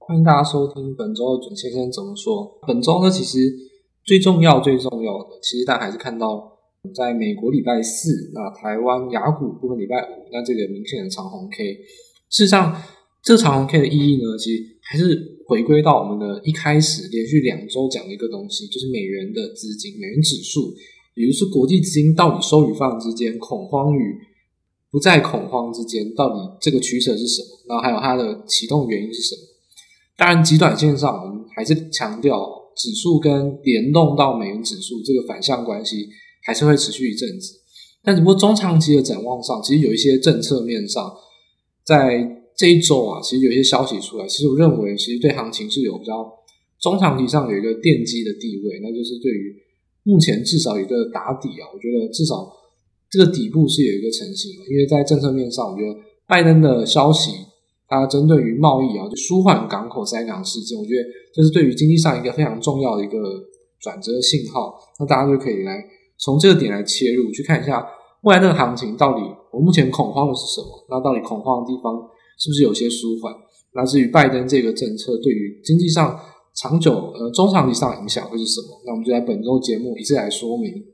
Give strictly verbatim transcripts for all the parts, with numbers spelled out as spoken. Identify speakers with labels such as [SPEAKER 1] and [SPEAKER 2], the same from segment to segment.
[SPEAKER 1] 欢迎大家收听本周的准先生怎么说。本周呢，其实最重要最重要的，其实大家还是看到在美国礼拜四，那台湾雅股部分礼拜五，那这个明显的长红 K。事实上，这个长红 K 的意义呢，其实还是回归到我们的一开始连续两周讲的一个东西，就是美元的资金、美元指数，也就是国际资金到底收与放之间，恐慌与不再恐慌之间，到底这个取舍是什么？然后还有它的启动原因是什么？当然极短线上我们还是强调指数跟联动到美元指数这个反向关系还是会持续一阵子，但只不过中长期的展望上，其实有一些政策面上在这一周啊，其实有一些消息出来，其实我认为其实对行情是有比较中长期上有一个奠基的地位，那就是对于目前至少有一个打底啊，我觉得至少这个底部是有一个成型，因为在政策面上我觉得拜登的消息它针对于贸易啊，就舒缓港口塞港事件，我觉得这是对于经济上一个非常重要的一个转折信号。那大家就可以来从这个点来切入，去看一下未来这个行情到底我目前恐慌的是什么，那到底恐慌的地方是不是有些舒缓？那至于拜登这个政策对于经济上长久呃中长期上的影响会是什么？那我们就在本周节目一次来说明。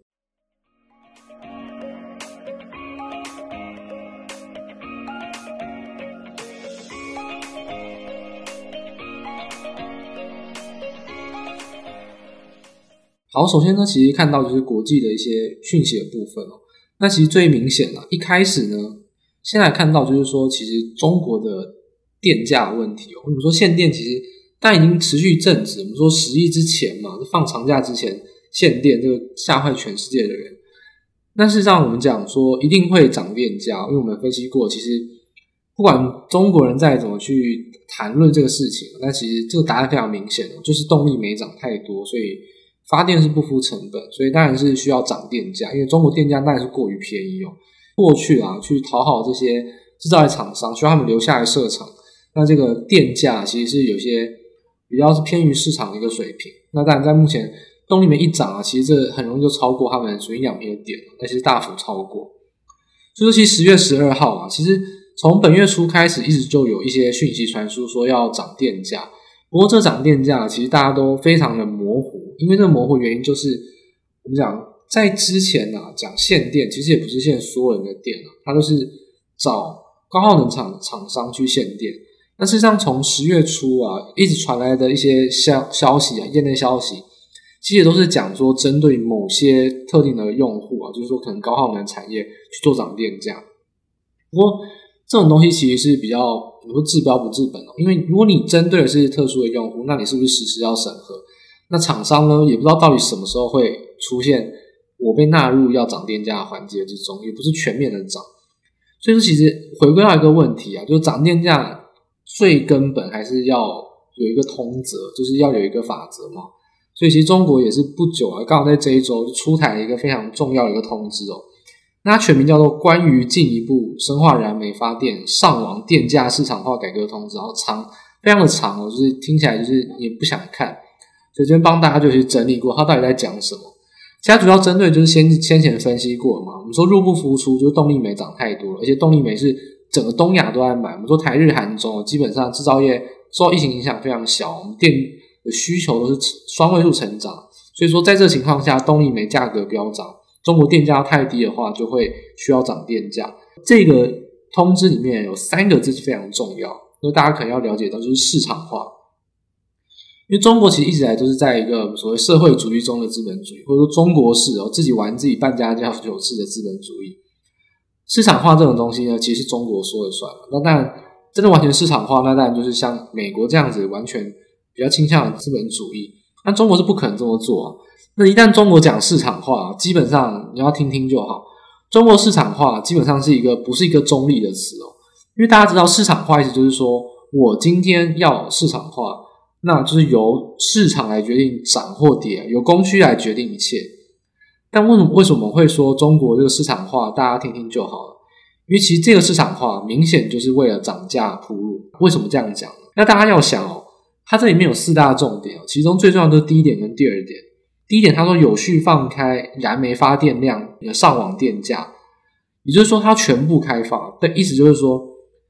[SPEAKER 1] 好，首先呢，其实看到就是国际的一些讯息的部分哦。那其实最明显啦，一开始呢，先来看到就是说，其实中国的电价问题哦，我们说限电其实但已经持续一阵子，我们说十亿之前嘛，放长假之前限电，这个吓坏全世界的人。那事实上我们讲说一定会涨电价，因为我们分析过，其实不管中国人再怎么去谈论这个事情，那其实这个答案非常明显哦，就是动力没涨太多，所以发电是不敷成本，所以当然是需要涨电价，因为中国电价当然是过于便宜哦。过去啊，去讨好这些制造业厂商，需要他们留下来设厂，那这个电价其实是有些比较是偏于市场的一个水平。那当然在目前动力煤一涨啊，其实这很容易就超过他们属于两平的点，那其实大幅超过。所以说其实十月十二号啊，其实从本月初开始一直就有一些讯息传输说要涨电价，不过这涨电价其实大家都非常的模糊，因为这个模糊原因就是我们讲在之前啊讲限电，其实也不是限所有人的电啊，它都是找高耗能厂厂商去限电。那事实上从十月初啊一直传来的一些消消息啊，业内消息，其实也都是讲说针对某些特定的用户啊，就是说可能高耗能产业去做涨电价。不过这种东西其实是比较你说治标不治本哦，因为如果你针对的是特殊的用户，那你是不是时时要审核？那厂商呢也不知道到底什么时候会出现我被纳入要涨电价的环节之中，也不是全面的涨。所以说其实回归到一个问题啊，就是涨电价最根本还是要有一个通则，就是要有一个法则嘛。所以其实中国也是不久啊，刚好在这一周就出台了一个非常重要的一个通知哦。那它全名叫做关于进一步深化燃煤发电上网电价市场化改革通知，然后长非常的长哦，就是听起来就是你不想看，所以这边帮大家就去整理过它到底在讲什么。其他主要针对就是先先前分析过嘛，我们说入不敷出，就是动力煤涨太多了，而且动力煤是整个东亚都在买，我们说台日韩中基本上制造业受到疫情影响非常小，我们电的需求都是双位数成长，所以说在这个情况下动力煤价格飙涨，中国电价太低的话就会需要涨电价。这个通知里面有三个字非常重要，因为大家可能要了解到就是市场化。因为中国其实一直以来都是在一个所谓社会主义中的资本主义，或者说中国式哦，自己玩自己扮家家酒式的资本主义。市场化这种东西呢，其实是中国说了算了。那当然真的完全市场化，那当然就是像美国这样子完全比较倾向的资本主义，那中国是不可能这么做啊。那一旦中国讲市场化，基本上你要听听就好，中国市场化基本上是一个不是一个中立的词哦。因为大家知道市场化意思就是说我今天要市场化，那就是由市场来决定涨或跌，由供需来决定一切。但为什么为什么会说中国这个市场化大家听听就好了？因为其实这个市场化明显就是为了涨价铺路。为什么这样讲呢？那大家要想哦，它这里面有四大重点，其中最重要的就是第一点跟第二点。第一点他说有序放开燃煤发电量的上网电价，也就是说它全部开放，对，意思就是说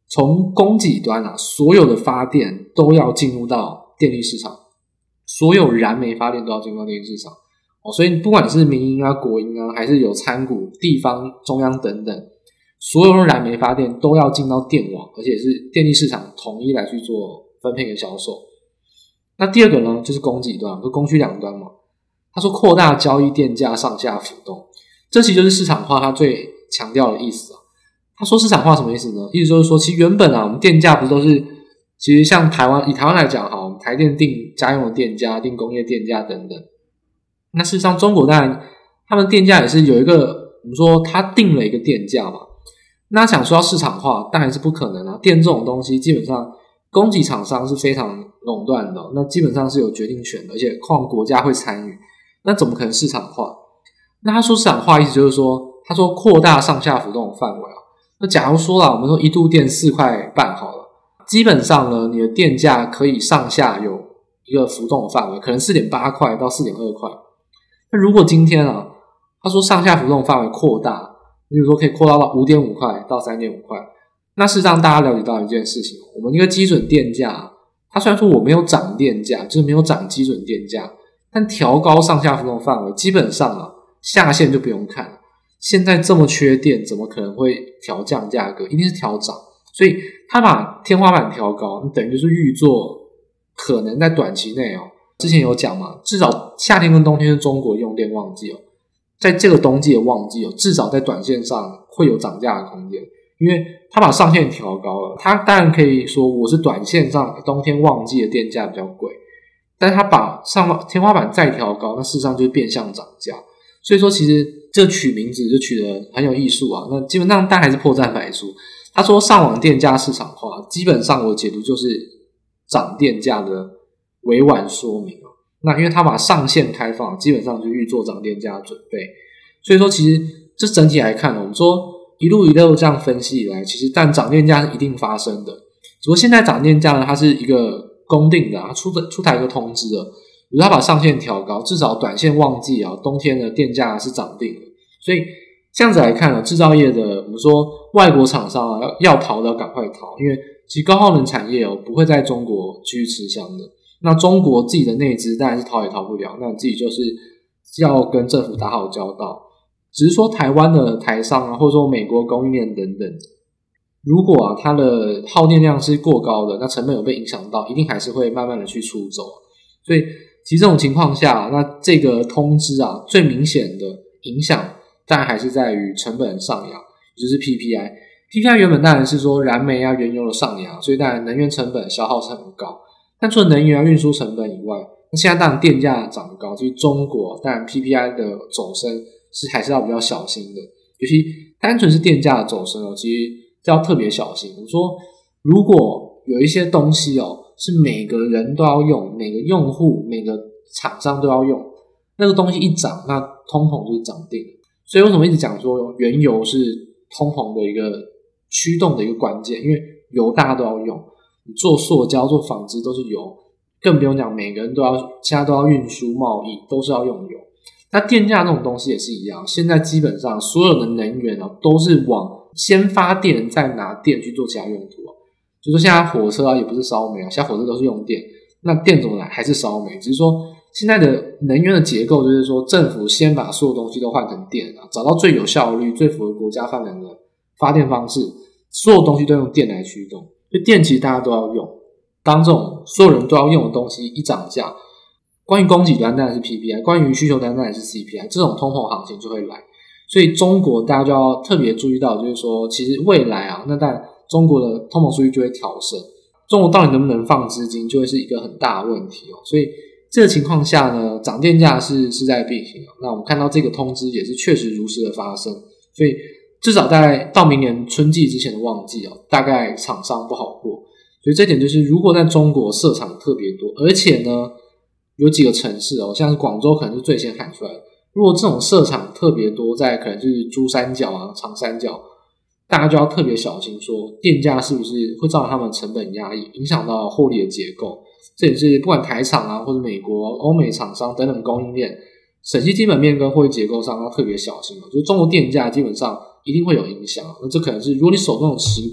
[SPEAKER 1] 从供给端啊，所有的发电都要进入到电力市场，所有燃煤发电都要进入到电力市场。哦，所以不管是民营啊、国营啊，还是有参股、地方、中央等等，所有燃煤发电都要进到电网，而且是电力市场统一来去做分配跟销售。那第二个呢，就是供给端，就供需两端嘛。他说扩大交易电价上下浮动，这其实就是市场化他最强调的意思啊。他说市场化什么意思呢？意思就是说，其实原本啊，我们电价不是都是，其实像台湾以台湾来讲，好，我们台电定家用的电价、定工业电价等等。那事实上，中国当然他们电价也是有一个，我们说他定了一个电价嘛。那想说要市场化，当然是不可能啊。电这种东西基本上供给厂商是非常垄断的，那基本上是有决定权的，而且况国家会参与，那怎么可能市场化？那他说市场化意思就是说，他说扩大上下浮动的范围啊。那假如说啦，我们说一度电四块半好了，基本上呢，你的电价可以上下有一个浮动的范围，可能 四点八块到 四点二块。那如果今天啊，他说上下浮动范围扩大，比如说可以扩大到 五点五块到 三点五块，那事实上大家了解到一件事情，我们一个基准电价，它虽然说我没有涨电价，就是没有涨基准电价，但调高上下浮动范围，基本上啊，下限就不用看了。现在这么缺电，怎么可能会调降价格？一定是调涨。所以他把天花板调高，你等于就是预做可能在短期内哦，之前有讲嘛，至少夏天跟冬天是中国用电旺季哦，在这个冬季的旺季哦，至少在短线上会有涨价的空间，因为他把上限调高了。他当然可以说我是短线上冬天旺季的电价比较贵，但他把上天花板再调高，那事实上就是变相涨价。所以说其实这取名字就取得很有艺术啊，那基本上但还是破绽百出。他说上网电价市场化，基本上我解读就是涨电价的委婉说明啊。那因为他把上限开放，基本上就预做涨电价的准备。所以说其实这整体来看，我们说一路一路这样分析以来，其实但涨电价是一定发生的，只不过现在涨电价呢，它是一个公定的啊，出的出台一个通知的，比如他把上限调高，至少短线旺季啊，冬天的电价是涨定的。所以这样子来看呢，制造业的我们说外国厂商啊，要要逃的要赶快逃，因为其实高耗能产业哦不会在中国继续吃香的。那中国自己的内资当然是逃也逃不了，那自己就是要跟政府打好交道。只是说台湾的台商啊，或者说美国供应链等等，如果啊它的耗电量是过高的，那成本有被影响到，一定还是会慢慢的去出走。所以其实这种情况下，那这个通知啊，最明显的影响当然还是在于成本上扬，也就是 P P I。P P I 原本当然是说燃煤啊、原油的上扬，所以当然能源成本消耗是很高。但除了能源啊、运输成本以外，那现在当然电价涨高，其实中国当然 P P I 的走升是还是要比较小心的。尤其单纯是电价的走升哦，其实要特别小心。我说如果有一些东西哦，是每个人都要用，每个用户、每个厂商都要用，那个东西一涨，那通膨就是涨定了。所以为什么一直讲说原油是通膨的一个驱动的一个关键？因为油大家都要用，你做塑胶、做纺织都是油，更不用讲每个人都要，现在都要运输、贸易，都是要用油。那电价这种东西也是一样，现在基本上所有的能源啊，都是往先发电，再拿电去做其他用途啊。就说现在火车啊，也不是烧煤啊，现在火车都是用电，那电怎么来？还是烧煤，只是说现在的能源的结构就是说，政府先把所有东西都换成电啊，找到最有效率、最符合国家发展的发电方式，所有东西都用电来驱动。所以电其实大家都要用，当这种所有人都要用的东西一涨价，关于供给端当然是 P P I， 关于需求端当然是 C P I， 这种通膨行情就会来。所以中国大家就要特别注意到，就是说其实未来啊，那当然中国的通膨数据就会调升，中国到底能不能放资金就会是一个很大的问题哦。所以这个情况下呢，涨电价是势在必行。那我们看到这个通知也是确实如实的发生，所以至少在到明年春季之前的旺季哦，大概厂商不好过。所以这点就是，如果在中国设厂特别多，而且呢有几个城市哦，像是广州可能是最先喊出来的。如果这种设厂特别多，在可能是珠三角啊、长三角，大家就要特别小心，说电价是不是会造成他们成本压抑，影响到获利的结构。这也是不管台厂啊，或者美国、欧美厂商等等供应链，审计基本面跟获利结构上要特别小心。就是中国电价基本上一定会有影响。那这可能是如果你手中有持股，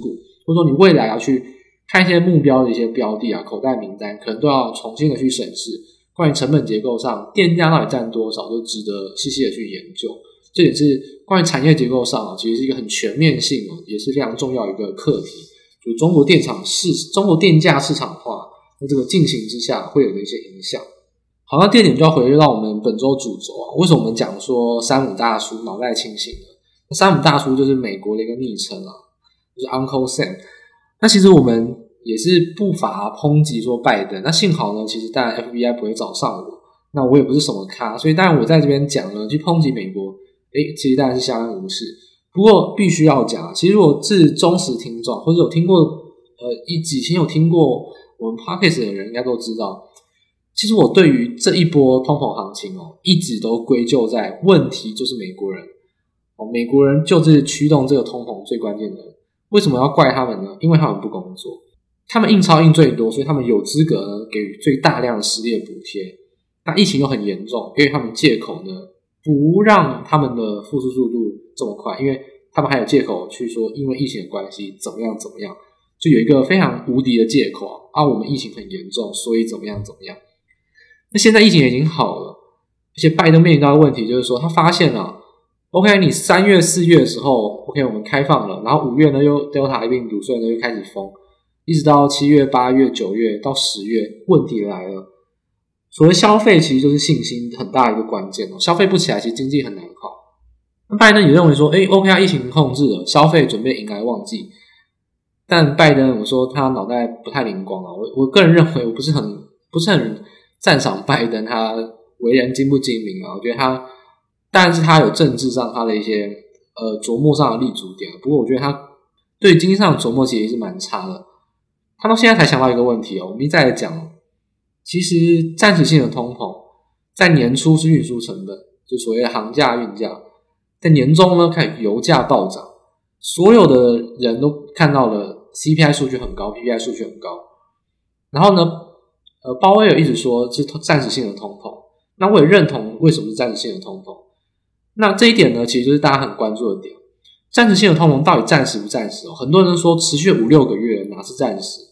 [SPEAKER 1] 或者说你未来要去看一些目标的一些标的啊，口袋名单，可能都要重新的去审视关于成本结构上电价到底占多少，就值得细细的去研究。这也是关于产业结构上啊，其实是一个很全面性哦，也是非常重要一个课题。就中国电厂市中国电价市场化在这个进行之下会有的一些影响。好，那第二点就要回归到我们本周主轴啊，为什么我们讲说三五大叔脑袋清醒呢？三五大叔就是美国的一个昵称啊，就是 Uncle Sam。那其实我们也是不乏抨击说拜登，那幸好呢，其实当然 F B I 不会找上我，那我也不是什么咖，所以当然我在这边讲呢，去抨击美国，诶，其实当然是相安无事。不过必须要讲，其实如果是忠实听众，或者有听过呃一几期有听过我们 Podcast 的人，应该都知道，其实我对于这一波通膨行情哦，一直都归咎在问题就是美国人哦，美国人就是驱动这个通膨最关键的人。为什么要怪他们呢？因为他们不工作，他们印钞印最多，所以他们有资格呢给予最大量的失业补贴。那疫情又很严重，给予他们借口呢，不让他们的复苏速度这么快，因为他们还有借口去说因为疫情的关系怎么样怎么样，就有一个非常无敌的借口啊，我们疫情很严重，所以怎么样怎么样。那现在疫情已经好了，而且拜登面临到的问题就是说，他发现了 OK 你三月四月的时候 OK 我们开放了，然后五月呢又 Delta 病毒，所以呢又开始封，一直到七月八月九月到十月，问题来了。所谓消费其实就是信心很大的一个关键哦，消费不起来其实经济很难好。那拜登也认为说诶 OK 啊，疫情控制了，消费准备迎来旺季。但拜登我说他脑袋不太灵光啊，我我个人认为我不是很不是很赞赏拜登他为人精不精明啊，我觉得他当然是他有政治上他的一些呃琢磨上的立足点，不过我觉得他对经济上的琢磨其实是蛮差的。他到现在才想到一个问题哦，我们一再来讲，其实暂时性的通膨在年初是运输成本，就所谓的航价运价，在年中呢开始油价暴涨，所有的人都看到了 C P I 数据很高， P P I 数据很高，然后呢呃，鲍威尔一直说是暂时性的通膨，那我也认同为什么是暂时性的通膨。那这一点呢，其实就是大家很关注的点。暂时性的通膨到底暂时不暂时哦？很多人说持续五六个月，哪是暂时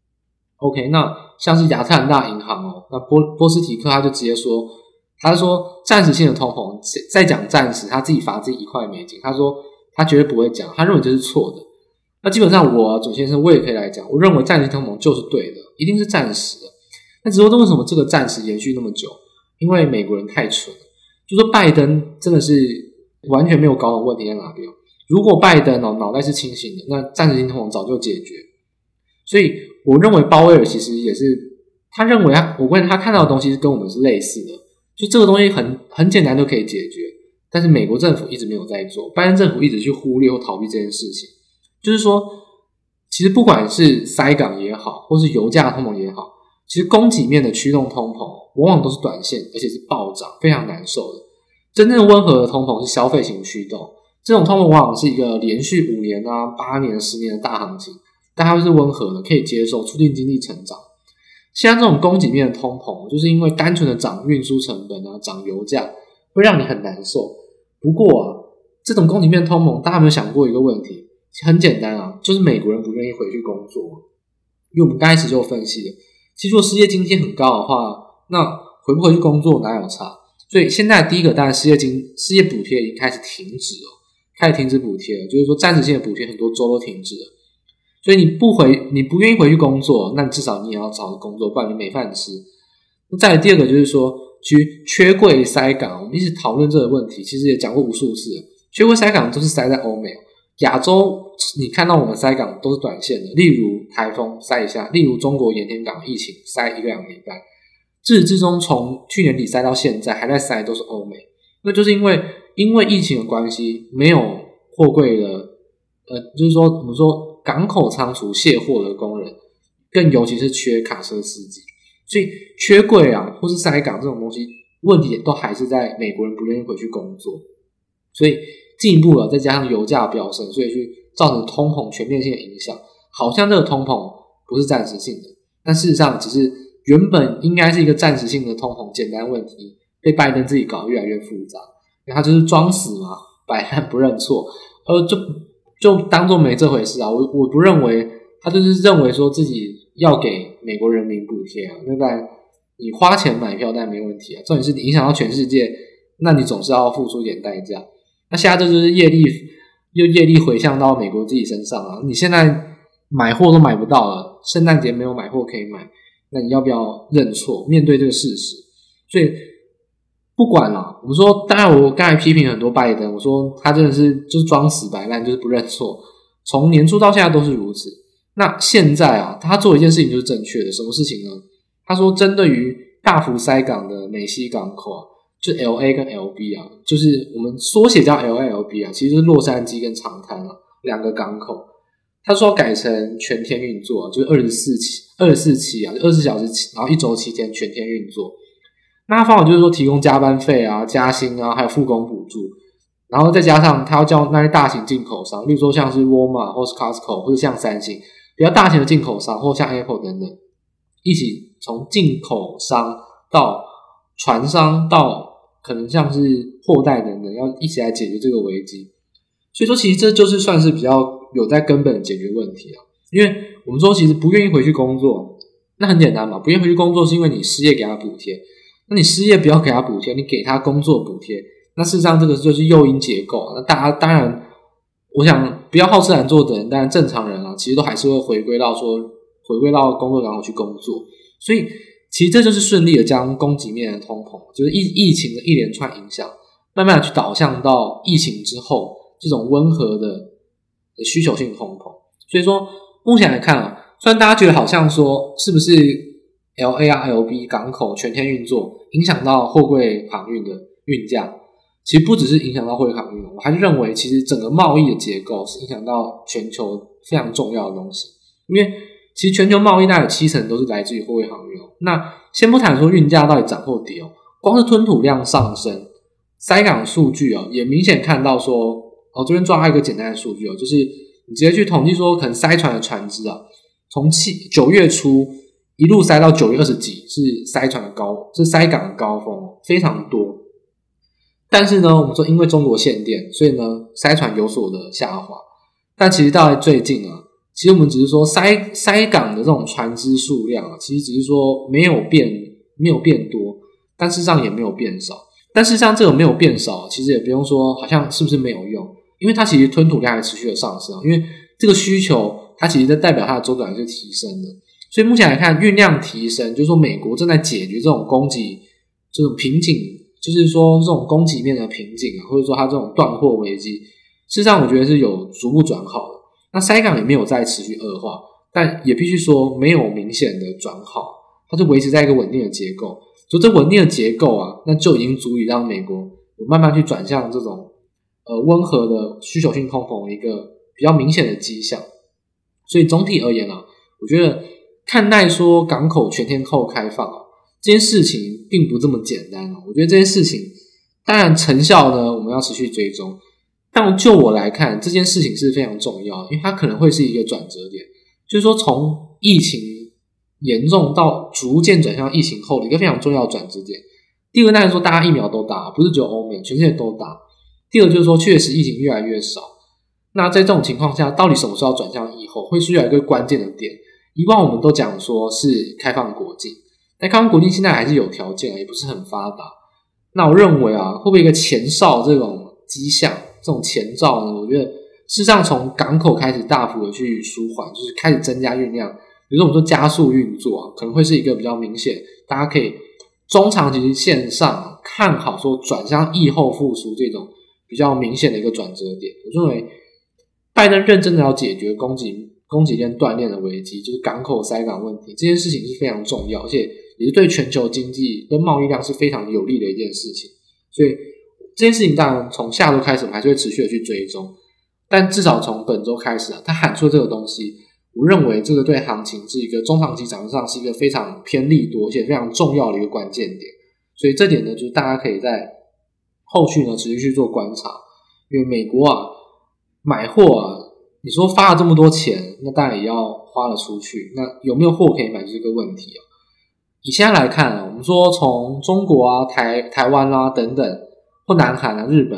[SPEAKER 1] ？OK， 那像是亚特兰大银行哦，那波波斯提克他就直接说，他说暂时性的通膨，再讲暂时，他自己罚自己一块美金，他说他绝对不会讲，他认为这是错的。那基本上我啊，准先生我也可以来讲，我认为暂时性通膨就是对的，一定是暂时的。那只是说为什么这个暂时延续那么久？因为美国人太蠢了，就说拜登真的是完全没有搞懂问题在哪边。如果拜登哦脑袋是清醒的，那暂时性通膨早就解决。所以我认为鲍威尔其实也是，他认为他，我问他看到的东西是跟我们是类似的，就这个东西很很简单就可以解决，但是美国政府一直没有在做，拜登政府一直去忽略或逃避这件事情。就是说，其实不管是塞港也好，或是油价通膨也好，其实供给面的驱动通膨往往都是短线，而且是暴涨，非常难受的。真正温和的通膨是消费型驱动，这种通膨往往是一个连续五年啊、八年、十年的大行情，但它是温和的，可以接受，促进经济成长。现在这种供给面的通膨，就是因为单纯的涨运输成本啊、涨油价，会让你很难受。不过啊，这种供给面通膨，大家有没有想过一个问题？很简单啊，就是美国人不愿意回去工作。因为我们刚开始就有分析了，其实如果失业津贴很高的话，那回不回去工作哪有差？所以现在第一个当然失业金失业补贴已经开始停止了，开始停止补贴了，就是说暂时性的补贴很多州都停止了。所以你不回你不愿意回去工作，那你至少你也要找个工作，不然你没饭吃。那再来第二个就是说，其实缺柜塞港，我们一直讨论这个问题，其实也讲过无数次了，缺柜塞港都是塞在欧美，亚洲你看到我们塞港都是短线的，例如台风塞一下，例如中国盐田港疫情塞一个两个礼拜，自始至终从去年底塞到现在还在塞都是欧美。那就是因为因为疫情的关系，没有货柜的呃，就是说我们说港口仓储卸货的工人，更尤其是缺卡车司机，所以缺柜啊或是塞港这种东西问题都还是在美国人不愿意回去工作，所以进一步了再加上油价飙升，所以去造成通膨全面性的影响。好像这个通膨不是暂时性的，但事实上只是原本应该是一个暂时性的通膨简单问题，被拜登自己搞得越来越复杂，因为他就是装死嘛，摆烂不认错，呃，就就当作没这回事啊。我我不认为他就是认为说自己要给美国人民补贴啊，那当然你花钱买票当然没问题啊，重点是你影响到全世界，那你总是要付出一点代价。那现在这就是业力又业力回向到美国自己身上啊，你现在买货都买不到了，圣诞节没有买货可以买，那你要不要认错，面对这个事实？所以不管啦，我们说，当然我刚才批评很多拜登，我说他真的是就是装死摆烂，就是不认错，从年初到现在都是如此。那现在啊，他做一件事情就是正确的，什么事情呢？他说针对于大幅塞港的美西港口啊，就 L A 跟 L B 啊，就是我们缩写叫 L A L B 啊，其实是洛杉矶跟长滩啊两个港口。他说改成全天运作、啊、就是二十四期二十四期啊，二十四小时，然后一周七天全天运作。那他方法就是说提供加班费啊、加薪啊，还有复工补助，然后再加上他要叫那些大型进口商，例如说像是 Walmart 或是 Costco 或者像三星比较大型的进口商，或像 Apple 等等，一起从进口商到船商到可能像是货代等等，要一起来解决这个危机。所以说其实这就是算是比较有在根本解决问题啊。因为我们说其实不愿意回去工作，那很简单嘛，不愿意回去工作是因为你失业给他补贴，那你失业不要给他补贴，你给他工作补贴，那事实上这个就是诱因结构。那大家当然我想不要好吃懒做的人，当然正常人啊其实都还是会回归到说回归到工作岗位去工作。所以其实这就是顺利的将供给面的通膨，就是疫疫情的一连串影响慢慢的去导向到疫情之后这种温和的需求性通膨。所以说目前来看啊，虽然大家觉得好像说是不是 L A 啊 L B 港口全天运作影响到货柜航运的运价，其实不只是影响到货柜航运，我还是认为其实整个贸易的结构是影响到全球非常重要的东西。因为其实全球贸易大概有七成都是来自于货柜航运哦。那先不谈说运价到底涨或跌哦，光是吞吐量上升，塞港数据哦也明显看到说哦，这边抓到一个简单的数据哦，就是你直接去统计说可能塞船的船只啊，从七九月初一路塞到九月二十几是塞船的高，是塞港的高峰，非常多。但是呢，我们说因为中国限电，所以呢塞船有所的下滑。但其实到最近啊，其实我们只是说塞塞港的这种船只数量啊，其实只是说没有变没有变多，但事实上也没有变少。但事实上这个没有变少，其实也不用说好像是不是没有用，因为它其实吞吐量还持续的上升，因为这个需求它其实在代表它的周转是提升的。所以目前来看运量提升，就是说美国正在解决这种供给这种瓶颈，就是说这种供给面的瓶颈啊，或者说它这种断货危机，事实上我觉得是有逐步转好的。那塞港也没有再持续恶化，但也必须说没有明显的转好，它就维持在一个稳定的结构。就这稳定的结构啊，那就已经足以让美国有慢慢去转向这种呃温和的需求性通膨的一个比较明显的迹象。所以总体而言啊，我觉得看待说港口全天候开放啊，这件事情并不这么简单啊。我觉得这件事情当然成效呢我们要持续追踪，但就我来看这件事情是非常重要的，因为它可能会是一个转折点，就是说从疫情严重到逐渐转向疫情后的一个非常重要的转折点。第一个当然说大家疫苗都打，不是只有欧美，全世界都打。第二个就是说确实疫情越来越少，那在这种情况下到底什么时候转向疫后会需要一个关键的点。以往我们都讲说是开放国境，但开放国境现在还是有条件，也不是很发达。那我认为啊，会不会一个前哨这种迹象，这种前兆呢，我觉得事实上从港口开始大幅的去舒缓，就是开始增加运量，比如说我们说加速运作啊，可能会是一个比较明显，大家可以中长期线上、啊、看好说转向疫后复苏这种比较明显的一个转折点。我认为拜登认真的要解决供给供给链断裂的危机，就是港口塞港问题，这件事情是非常重要，而且也是对全球经济跟贸易量是非常有利的一件事情。所以这件事情当然从下周开始我们还是会持续的去追踪，但至少从本周开始啊，他喊出这个东西，我认为这个对行情是一个中长期涨势上是一个非常偏利多而且非常重要的一个关键点。所以这点呢，就是大家可以在后续呢持续去做观察。因为美国啊买货啊，你说发了这么多钱，那当然也要花了出去，那有没有货可以买就是个问题啊。以现在来看啊，我们说从中国啊、台台湾啊等等，或南韩啊、日本，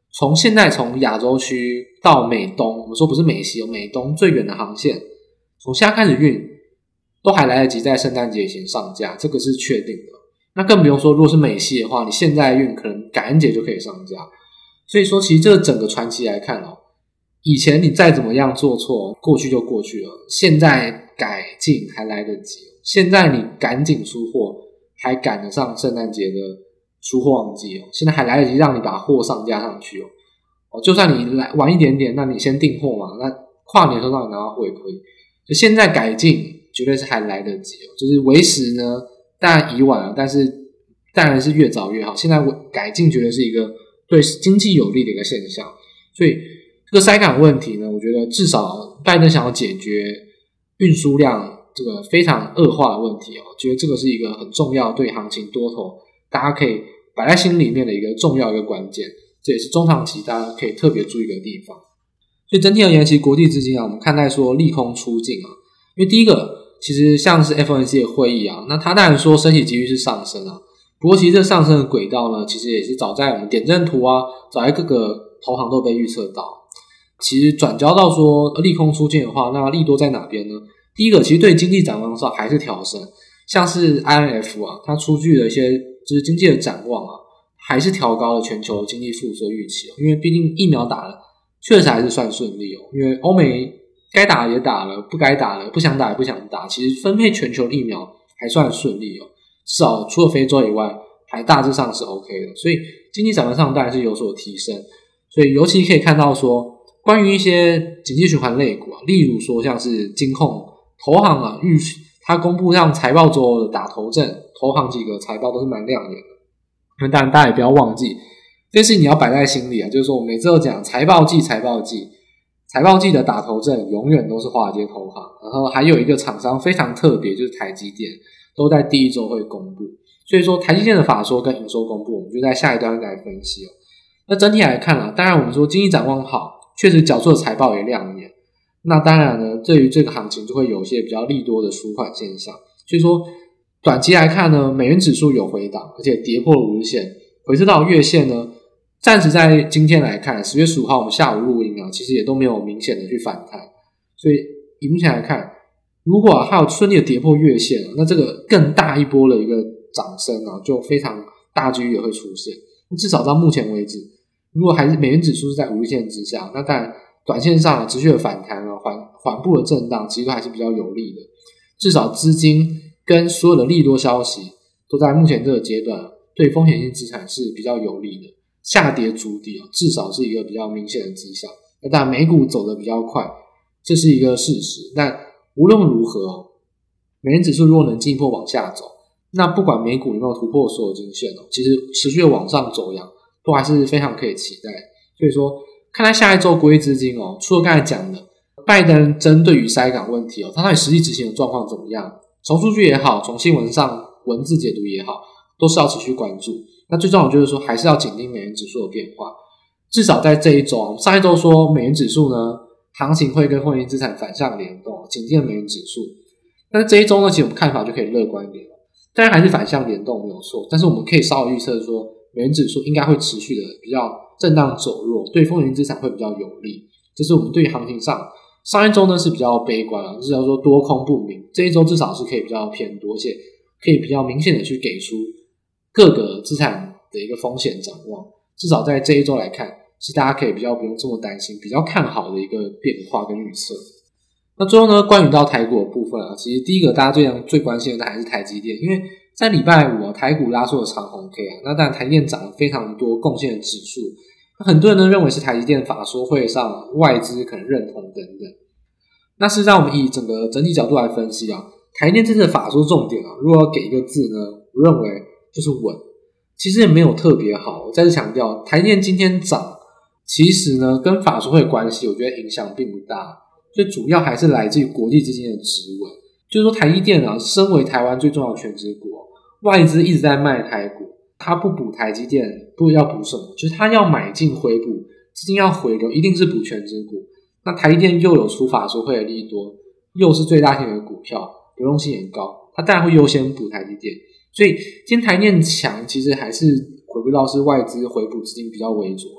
[SPEAKER 1] 从现在从亚洲区到美东，我们说不是美西，美东最远的航线，从现在开始运都还来得及在圣诞节以前上架，这个是确定的。那更不用说如果是美西的话，你现在运可能感恩节就可以上架。所以说其实这个整个传奇来看哦，以前你再怎么样做错，过去就过去了，现在改进还来得及，现在你赶紧出货还赶得上圣诞节的出货旺季哦，现在还来得及让你把货上架上去哦。哦，就算你来晚一点点，那你先订货嘛，那跨年的时候让你拿到货也可以。就现在改进绝对是还来得及哦，就是为时呢当然已晚了，但是当然是越早越好。现在改进绝对是一个对经济有利的一个现象，所以这个塞港问题呢，我觉得至少拜登想要解决运输量这个非常恶化的问题哦，觉得这个是一个很重要对行情多头大家可以摆在心里面的一个重要一个关键，这也是中长期大家可以特别注意的地方。所以整体而言，其实国际资金啊，我们看待说利空出尽啊，因为第一个其实像是 F O M C 的会议啊，那他当然说升息几率是上升啊，不过其实这上升的轨道呢，其实也是早在我们点阵图啊，早在各个投行都被预测到。其实转交到说利空出尽的话，那利多在哪边呢？第一个其实对经济展望上还是调升，像是 I M F 啊，它出具的一些就是经济的展望啊，还是调高了全球经济复苏的预期，因为毕竟疫苗打了确实还是算顺利哦，因为欧美该打也打了，不该打了不想打也不想打，其实分配全球的疫苗还算顺利哦，至少除了非洲以外还大致上是 OK 的，所以经济展望上当然是有所提升。所以尤其可以看到说关于一些经济循环类股啊，例如说像是金控投行啊，预它公布像财报周的打头阵，投行几个财报都是蛮亮眼的。那当然大家也不要忘记这件事情你要摆在心里啊，就是说我每次都讲财报季财报季财报季的打头阵永远都是华尔街投行，然后还有一个厂商非常特别，就是台积电都在第一周会公布，所以说台积电的法说跟营收公布我们就在下一段来分析哦。那整体来看啊，当然我们说经济展望好，确实缴出的财报也亮眼，那当然呢对于这个行情就会有一些比较利多的纾困现象，所以说短期来看呢，美元指数有回档，而且跌破了五日线，回撤到月线呢，暂时在今天来看十月十五号我们下午录音啊，其实也都没有明显的去反弹，所以以目前来看，如果、啊、还有顺利的跌破月线、啊、那这个更大一波的一个涨升啊，就非常大几率也会出现。至少到目前为止，如果还是美元指数是在五日线之下，那当然短线上持续的反弹啊，缓缓步的震荡其实都还是比较有利的，至少资金跟所有的利多消息都在目前这个阶段对风险性资产是比较有利的，下跌筑底至少是一个比较明显的迹象。那当然美股走得比较快，这是一个事实，但无论如何美元指数如果能进一步往下走，那不管美股有没有突破所有均线其实持续的往上走扬都还是非常可以期待。所以说看来下一周国际资金哦，除了刚才讲的拜登针对于塞港问题哦，他到底实际执行的状况怎么样，从数据也好，从新闻上文字解读也好，都是要持续关注。那最重要的就是说还是要紧盯美元指数的变化，至少在这一周，上一周说美元指数呢行情会跟风险资产反向联动，紧盯美元指数，但是这一周呢其实我们看法就可以乐观一点了，当然还是反向联动没有错，但是我们可以稍微预测说美元指数应该会持续的比较震荡走弱，对风险资产会比较有利，这是我们对于行情上上一周呢是比较悲观啊，就是要说多空不明，这一周至少是可以比较偏多，而且可以比较明显的去给出各个资产的一个风险展望，至少在这一周来看是大家可以比较不用这么担心，比较看好的一个变化跟预测。那最后呢，关于到台股的部分啊，其实第一个大家最最关心的还是台积电，因为在礼拜五啊，台股拉出了长红 K 啊，那当然台积电涨了非常多，贡献的指数，很多人呢认为是台积电法说会上外资可能认同等等。那事实上我们以整个整体角度来分析啊，台积电这次的法说重点啊，如果要给一个字呢，我认为就是稳。其实也没有特别好，我再次强调，台积电今天涨，其实呢跟法说会关系，我觉得影响并不大，最主要还是来自于国际资金的质稳。就是说台积电啊，身为台湾最重要的全职股，外资一直在卖台股，他不补台积电，不要补什么？就是他要买进回补，资金要回流，一定是补全职股。那台积电又有出法说会的利多，又是最大型的股票，流动性也高，他当然会优先补台积电。所以今天台积电强，其实还是回归到是外资回补资金比较为主。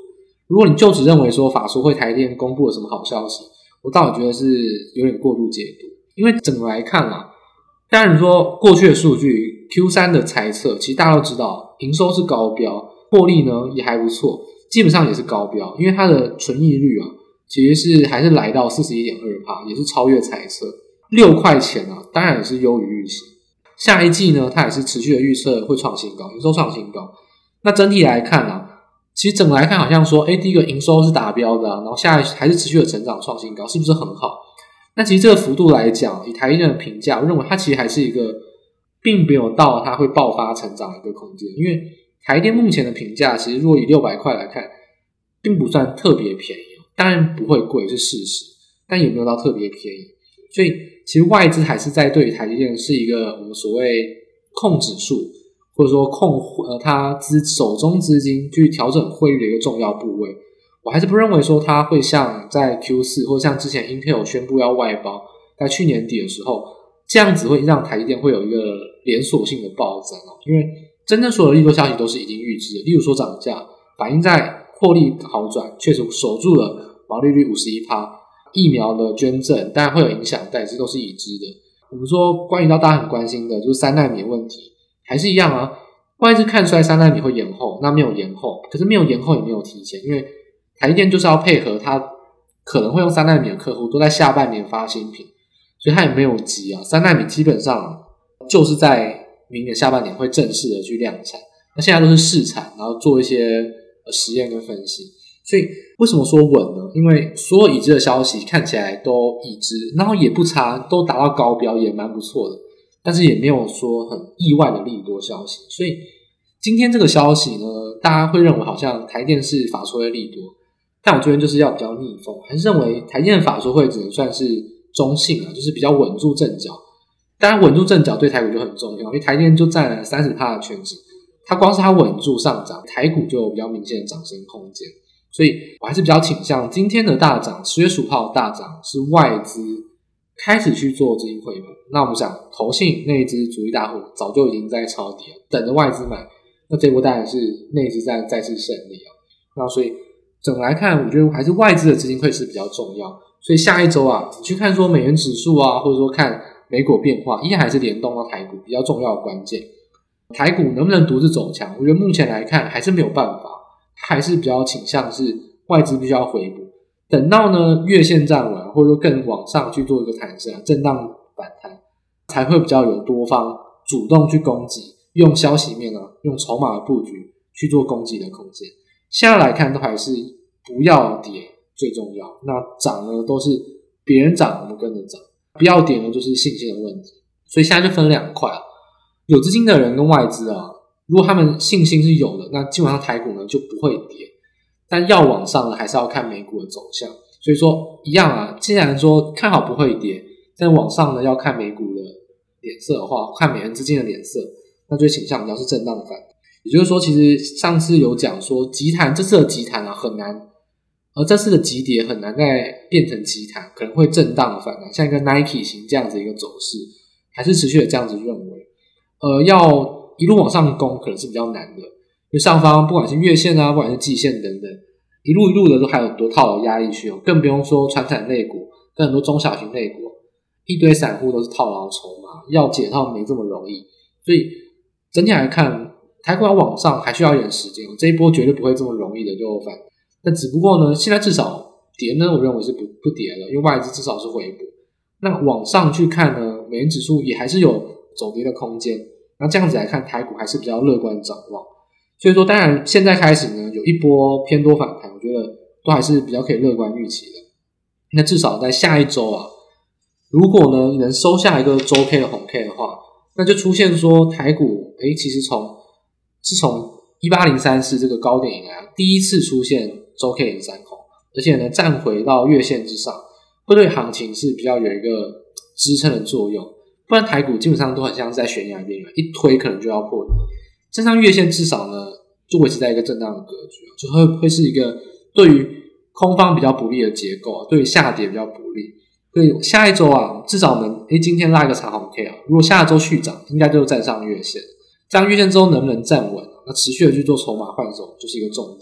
[SPEAKER 1] 如果你就只认为说法说会台电公布了什么好消息，我倒也觉得是有点过度解读。因为整个来看啊，当然说过去的数据 Q 三 的财测，其实大家都知道营收是高标，获利呢也还不错，基本上也是高标，因为它的纯益率啊其实是还是来到 百分之四十一点二， 也是超越财测六块钱啊，当然也是优于预期。下一季呢它也是持续的预测会创新高，营收创新高。那整体来看啊，其实整个来看好像说诶第一个营收是达标的啊，然后下一还是持续的成长创新高，是不是很好？那其实这个幅度来讲，以台积电的评价，我认为它其实还是一个并没有到它会爆发成长的一个空间。因为台积电目前的评价其实如果以六百块来看并不算特别便宜，当然不会贵是事实，但也没有到特别便宜。所以其实外资还是在对于台积电是一个我们所谓控指数，或者说控呃它资手中资金去调整汇率的一个重要部位。我还是不认为说它会像在 Q 四 或像之前 Intel 宣布要外包，在去年底的时候这样子会让台积电会有一个连锁性的暴增哦。因为真正所有的利多消息都是已经预知的，例如说涨价反映在获利好转，确实守住了毛利率 百分之五十一， 疫苗的捐赠当然会有影响，但这都是已知的。我们说关于到大家很关心的就是三奈米的问题，还是一样啊，外资看出来三奈米会延后，那没有延后，可是没有延后也没有提前，因为台积电就是要配合它可能会用三奈米的客户都在下半年发新品，所以它也没有急啊。三奈米基本上就是在明年下半年会正式的去量产，那现在都是试产，然后做一些实验跟分析。所以为什么说稳呢？因为所有已知的消息看起来都已知，然后也不差，都达到高标，也蛮不错的，但是也没有说很意外的利多消息。所以今天这个消息呢，大家会认为好像台电是法说会利多，但我这边就是要比较逆风，还是认为台积电法说会只能算是中性啊，就是比较稳住阵脚。当然稳住阵脚对台股就很重要，因为台积电就占了 百分之三十 的权值，它光是它稳住上涨，台股就有比较明显的涨升空间。所以我还是比较倾向今天的大涨，十月十五号的大涨是外资开始去做资金回补。那我们想投信那一支主力大户早就已经在抄底了，等着外资买，那这波当然是内资再再次胜利啊。那所以整个来看，我觉得还是外资的资金会是比较重要。所以下一周啊，你去看说美元指数啊，或者说看美股变化，依然还是联动到台股比较重要的关键。台股能不能独自走强，我觉得目前来看还是没有办法，它还是比较倾向是外资必须要回补，等到呢月线站稳，或者说更往上去做一个弹升震荡反弹，才会比较有多方主动去攻击，用消息面啊，用筹码的布局去做攻击的空间。现在来看都还是不要跌最重要，那涨呢都是别人涨我们跟着涨，不要跌呢就是信心的问题。所以现在就分两块啊，有资金的人跟外资啊，如果他们信心是有的，那基本上台股呢就不会跌，但要往上呢还是要看美股的走向。所以说一样啊，既然说看好不会跌，但往上呢要看美股的脸色的话，看美元资金的脸色，那就倾向比较是震荡反弹。也就是说其实上次有讲说急弹，这次的急弹啊很难，而这次的急跌很难再变成急弹，可能会震荡反弹，像一个 Nike 型这样子一个走势，还是持续的这样子认为呃，要一路往上攻可能是比较难的，因为上方不管是月线啊，不管是季线等等，一路一路的都还有很多套的压力区，更不用说传产类股跟很多中小型类股，一堆散户都是套牢筹码，要解套没这么容易。所以整体来看台股要往上还需要一点时间，这一波绝对不会这么容易的就反。但只不过呢现在至少跌呢我认为是不不跌了，因为外资至少是回补。那往上去看呢，美元指数也还是有走跌的空间，那这样子来看台股还是比较乐观展望。所以说当然现在开始呢有一波偏多反弹，我觉得都还是比较可以乐观预期的。那至少在下一周啊，如果呢能收下一个周 K 的红 K 的话，那就出现说台股诶其实从是从一八零三四这个高点以来第一次出现周 K 连三红，而且呢站回到月线之上，会对行情是比较有一个支撑的作用。不然台股基本上都很像是在悬崖边缘，一推可能就要破底。站上月线至少呢就维持在一个震荡的格局，就会会是一个对于空方比较不利的结构，对于下跌比较不利。所以下一周啊至少能诶今天拉一个长红 K 啊，如果下周续涨应该就站上月线，这样月线之后能不能站稳，那持续的去做筹码换手就是一个重点。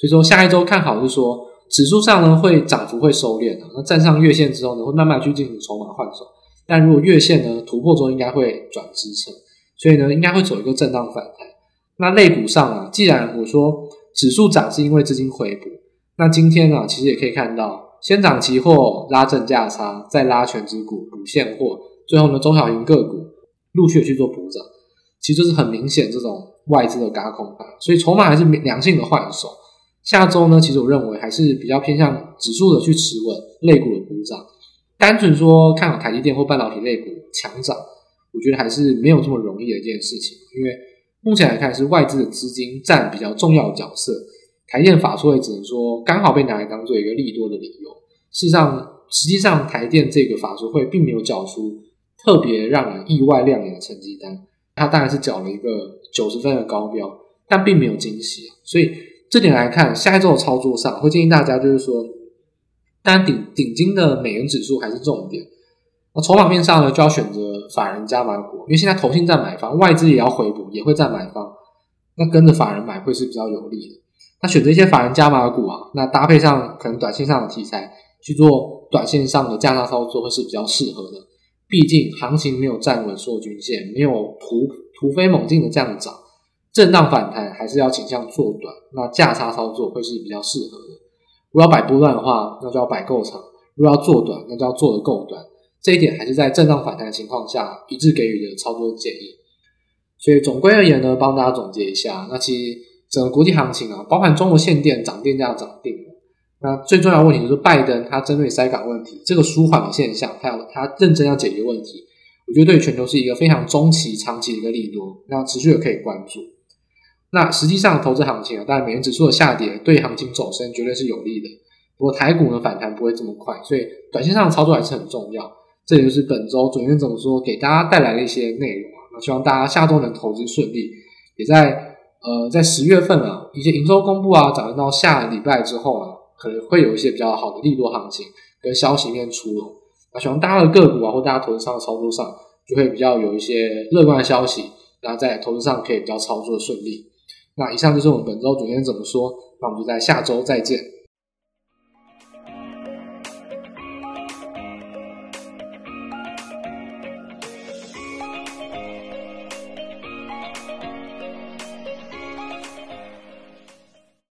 [SPEAKER 1] 所以说下一周看好是说指数上呢会涨幅会收敛的，那站上月线之后呢会慢慢去进行筹码换手，但如果月线呢突破之后应该会转支撑，所以呢应该会走一个震荡反弹。那类股上啊，既然我说指数涨是因为资金回补，那今天啊其实也可以看到先涨期货拉正价差，再拉全指股补现货，最后呢中小型个股陆续去做补涨，其实就是很明显这种外资的軋空盘，所以筹码还是良性的换手。下周呢其实我认为还是比较偏向指数的去持稳类股的补涨，单纯说看好台积电或半导体类股强涨，我觉得还是没有这么容易的一件事情，因为目前来看是外资的资金占比较重要的角色，台积电法说也只能说刚好被拿来当做一个利多的理由。事实上实际上台电这个法说会并没有缴出特别让人意外亮眼的成绩单，它当然是缴了一个九十分的高标，但并没有惊喜，所以这点来看下一周的操作上会建议大家就是说，当然顶顶金的美元指数还是重点，那筹码面上呢就要选择法人加码股，因为现在投信在买方，外资也要回补，也会在买方，那跟着法人买会是比较有利的。那选择一些法人加码股啊，那搭配上可能短线上的题材去做短线上的价差操作会是比较适合的，毕竟行情没有站稳所有均线，没有突突飞猛进的这样涨，震荡反弹还是要倾向做短，那价差操作会是比较适合的。如果要摆波段的话，那就要摆够长，如果要做短，那就要做得够短，这一点还是在震荡反弹的情况下一致给予的操作建议。所以总归而言呢，帮大家总结一下，那其实整个国际行情啊，包含中国限电涨电价涨定了，那最重要的问题就是拜登他针对塞港问题这个舒缓的现象，还有他认真要解决问题，我觉得对全球是一个非常中期长期的一个利多，那持续的可以关注。那实际上投资行情啊，当然美元指数的下跌对行情走升绝对是有利的，不过台股呢反弹不会这么快，所以短线上的操作还是很重要。这也就是本周准院怎么说给大家带来的一些内容啊，那希望大家下周能投资顺利，也在呃在十月份啊一些营收公布啊，涨到下礼拜之后啊，可能会有一些比较好的利多行情跟消息面出笼，那希望大家的个股啊或大家投资上的操作上就会比较有一些乐观的消息，那在投资上可以比较操作顺利。那以上就是我们本周准院怎么说，那我们就在下周再见。